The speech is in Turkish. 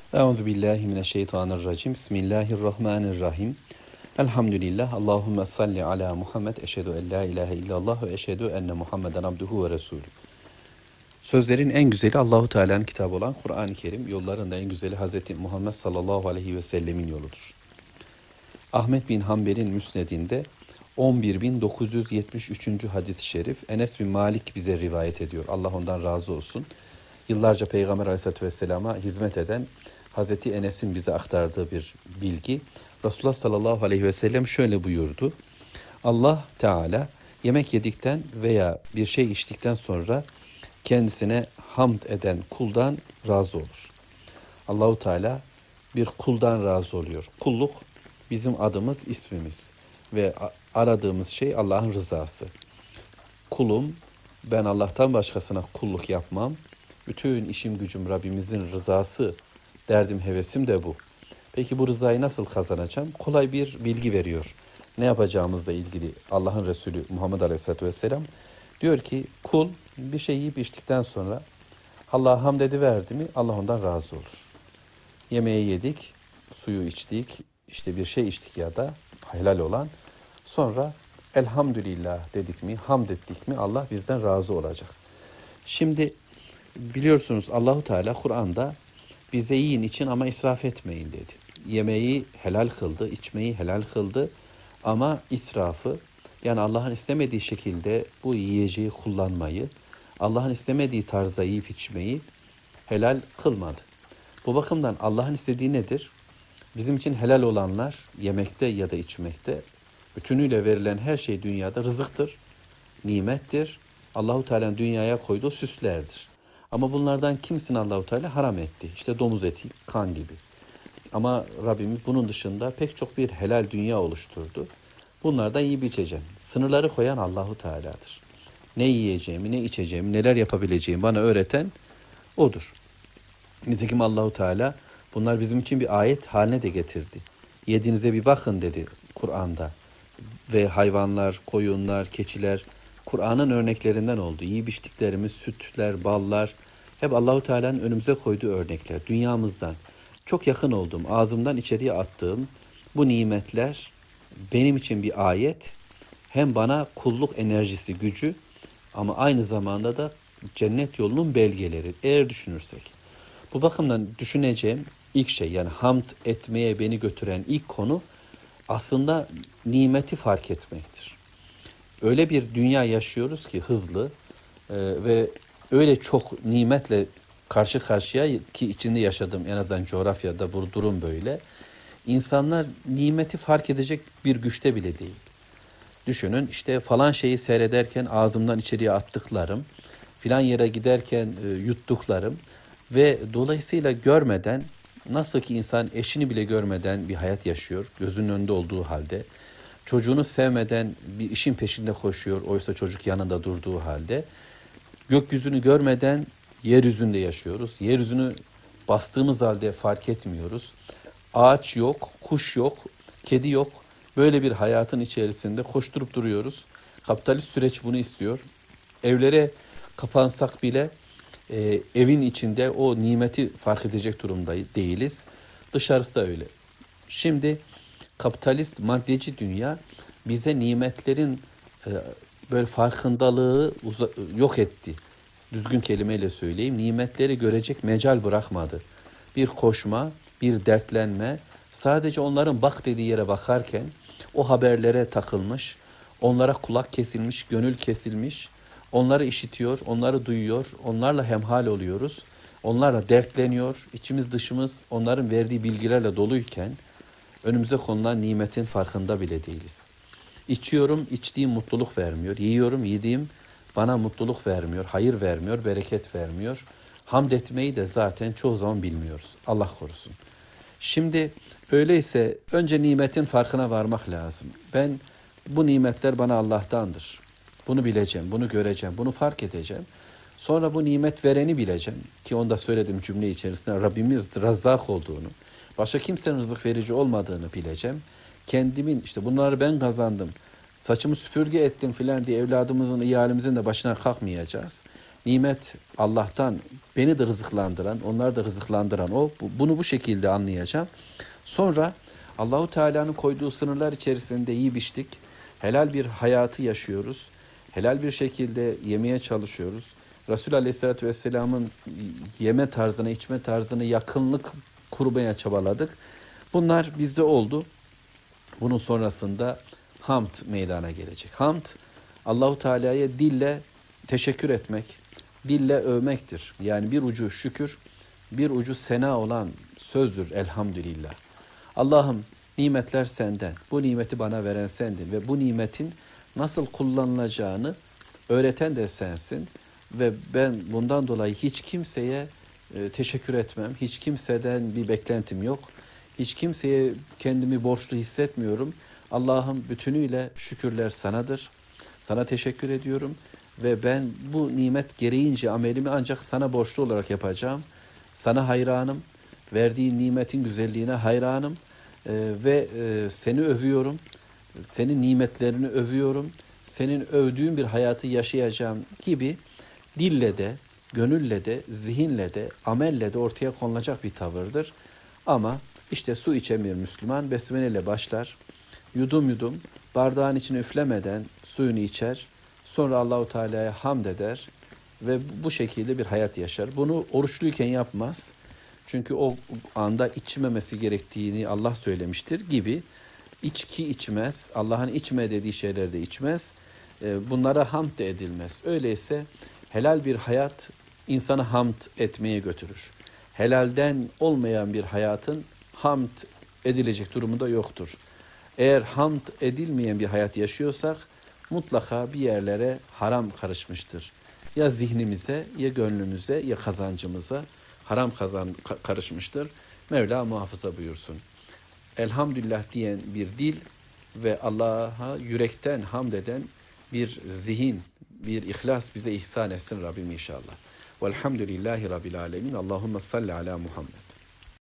Euzu billahi mineşşeytanirracim. Bismillahirrahmanirrahim. Elhamdülillah. Allahumme salli ala Muhammed. Eşhedü en la ilahe illallah ve eşhedü enne Muhammeden abduhu ve resulü. Sözlerin en güzeli Allahu Teala'nın kitabı olan Kur'an-ı Kerim. Yolların da en güzeli Hazreti Muhammed sallallahu aleyhi ve sellemin yoludur. Ahmet bin Hanbel'in müsnedinde 11.973. hadis-i şerif Enes bin Malik bize rivayet ediyor. Allah ondan razı olsun. Yıllarca Peygamber Aleyhisselatü Vesselam'a hizmet eden Hazreti Enes'in bize aktardığı bir bilgi. Resulullah sallallahu aleyhi ve sellem şöyle buyurdu. Allah Teala yemek yedikten veya bir şey içtikten sonra kendisine hamd eden kuldan razı olur. Allahu Teala bir kuldan razı oluyor. Kulluk bizim adımız, ismimiz ve aradığımız şey Allah'ın rızası. Kulum, ben Allah'tan başkasına kulluk yapmam. Bütün işim gücüm Rabbimizin rızası, derdim hevesim de bu. Peki bu rızayı nasıl kazanacağım? Kolay bir bilgi veriyor. Ne yapacağımızla ilgili Allah'ın Resulü Muhammed Aleyhisselatü Vesselam diyor ki kul bir şey yiyip içtikten sonra Allah'a hamd ediverdi mi Allah ondan razı olur. Yemeği yedik, suyu içtik, işte bir şey içtik ya da helal olan. Sonra elhamdülillah dedik mi, hamd ettik mi Allah bizden razı olacak. Şimdi biliyorsunuz Allahu Teala Kur'an'da bize yiyin için ama israf etmeyin dedi. Yemeği helal kıldı, içmeyi helal kıldı ama israfı yani Allah'ın istemediği şekilde bu yiyeceği kullanmayı, Allah'ın istemediği tarzda yiyip içmeyi helal kılmadı. Bu bakımdan Allah'ın istediği nedir? Bizim için helal olanlar yemekte ya da içmekte bütünüyle verilen her şey dünyada rızıktır, nimettir. Allahu Teala'nın dünyaya koyduğu süslerdir. Ama bunlardan kimisini Allahu Teala haram etti. İşte domuz eti, kan gibi. Ama Rabbimiz bunun dışında pek çok bir helal dünya oluşturdu. Bunlardan yiyip içeceğim. Sınırları koyan Allahu Teala'dır. Ne yiyeceğimi, ne içeceğimi, neler yapabileceğimi bana öğreten O'dur. Nitekim Allahu Teala bunlar bizim için bir ayet haline de getirdi. Yediğinize bir bakın dedi Kur'an'da. Ve hayvanlar, koyunlar, keçiler Kur'an'ın örneklerinden oldu. Yiyip içtiklerimiz, sütler, ballar hep Allahu Teala'nın önümüze koyduğu örnekler. Dünyamızdan çok yakın olduğum, ağzımdan içeriye attığım bu nimetler benim için bir ayet. Hem bana kulluk enerjisi, gücü ama aynı zamanda da cennet yolunun belgeleri eğer düşünürsek. Bu bakımdan düşüneceğim ilk şey yani hamd etmeye beni götüren ilk konu aslında nimeti fark etmektir. Öyle bir dünya yaşıyoruz ki hızlı ve öyle çok nimetle karşı karşıya ki içinde yaşadığım en azından coğrafyada bu durum böyle. İnsanlar nimeti fark edecek bir güçte bile değil. Düşünün işte falan şeyi seyrederken ağzımdan içeriye attıklarım, filan yere giderken yuttuklarım ve dolayısıyla görmeden nasıl ki insan eşini bile görmeden bir hayat yaşıyor gözünün önünde olduğu halde. Çocuğunu sevmeden bir işin peşinde koşuyor oysa çocuk yanında durduğu halde. Gökyüzünü görmeden yeryüzünde yaşıyoruz. Yeryüzünü bastığımız halde fark etmiyoruz. Ağaç yok, kuş yok, kedi yok. Böyle bir hayatın içerisinde koşturup duruyoruz. Kapitalist süreç bunu istiyor. Evlere kapansak bile evin içinde o nimeti fark edecek durumda değiliz. Dışarısı da öyle. Şimdi kapitalist maddeci dünya bize nimetlerin böyle farkındalığı yok etti. Düzgün kelimeyle söyleyeyim. Nimetleri görecek mecal bırakmadı. Bir koşma, bir dertlenme, sadece onların bak dediği yere bakarken o haberlere takılmış, onlara kulak kesilmiş, gönül kesilmiş, onları işitiyor, onları duyuyor, onlarla hemhal oluyoruz, onlarla dertleniyor, içimiz dışımız onların verdiği bilgilerle doluyken önümüze konulan nimetin farkında bile değiliz. İçiyorum, içtiğim mutluluk vermiyor. Yiyorum, yediğim bana mutluluk vermiyor, hayır vermiyor, bereket vermiyor. Hamd etmeyi de zaten çoğu zaman bilmiyoruz. Allah korusun. Şimdi öyleyse önce nimetin farkına varmak lazım. Ben bu nimetler bana Allah'tandır. Bunu bileceğim, bunu göreceğim, bunu fark edeceğim. Sonra bu nimet vereni bileceğim ki onu da söyledim cümle içerisinde Rabbimiz Razzak olduğunu, başka kimsenin rızık verici olmadığını bileceğim. Kendimin işte bunları ben kazandım, saçımı süpürge ettim filan diye evladımızın, iyalimizin de başına kalkmayacağız. Nimet Allah'tan, beni de rızıklandıran, onları da rızıklandıran o. Bunu bu şekilde anlayacağım. Sonra Allahu Teala'nın koyduğu sınırlar içerisinde yiyip içtik. Helal bir hayatı yaşıyoruz. Helal bir şekilde yemeye çalışıyoruz. Resul Aleyhisselatü Vesselam'ın yeme tarzına, içme tarzına yakınlık kurmaya çabaladık. Bunlar bizde oldu. Bunun sonrasında hamd meydana gelecek. Hamd, Allahu Teala'ya dille teşekkür etmek, dille övmektir. Yani bir ucu şükür, bir ucu sena olan sözdür elhamdülillah. Allah'ım nimetler senden, bu nimeti bana veren sendin ve bu nimetin nasıl kullanılacağını öğreten de sensin. Ve ben bundan dolayı hiç kimseye teşekkür etmem, hiç kimseden bir beklentim yok. Hiç kimseye kendimi borçlu hissetmiyorum. Allah'ım bütünüyle şükürler sanadır. Sana teşekkür ediyorum ve ben bu nimet gereğince amelimi ancak sana borçlu olarak yapacağım. Sana hayranım, verdiğin nimetin güzelliğine hayranım ve seni övüyorum. Senin nimetlerini övüyorum. Senin övdüğün bir hayatı yaşayacağım gibi dille de, gönülle de, zihinle de, amelle de ortaya konulacak bir tavırdır. Ama işte su içen bir Müslüman besmele ile başlar. Yudum yudum bardağın içine üflemeden suyunu içer. Sonra Allahu Teala'ya hamd eder ve bu şekilde bir hayat yaşar. Bunu oruçluyken yapmaz. Çünkü o anda içmemesi gerektiğini Allah söylemiştir gibi. İçki içmez. Allah'ın içme dediği şeyler de içmez. Bunlara hamd de edilmez. Öyleyse helal bir hayat insanı hamd etmeye götürür. Helalden olmayan bir hayatın hamd edilecek durumu da yoktur. Eğer hamd edilmeyen bir hayat yaşıyorsak mutlaka bir yerlere haram karışmıştır. Ya zihnimize, ya gönlümüze, ya kazancımıza haram karışmıştır. Mevla muhafaza buyursun. Elhamdülillah diyen bir dil ve Allah'a yürekten hamd eden bir zihin, bir ihlas bize ihsan etsin Rabbim inşallah. Velhamdülillahi Rabbil alemin. Allahümme salli ala Muhammed.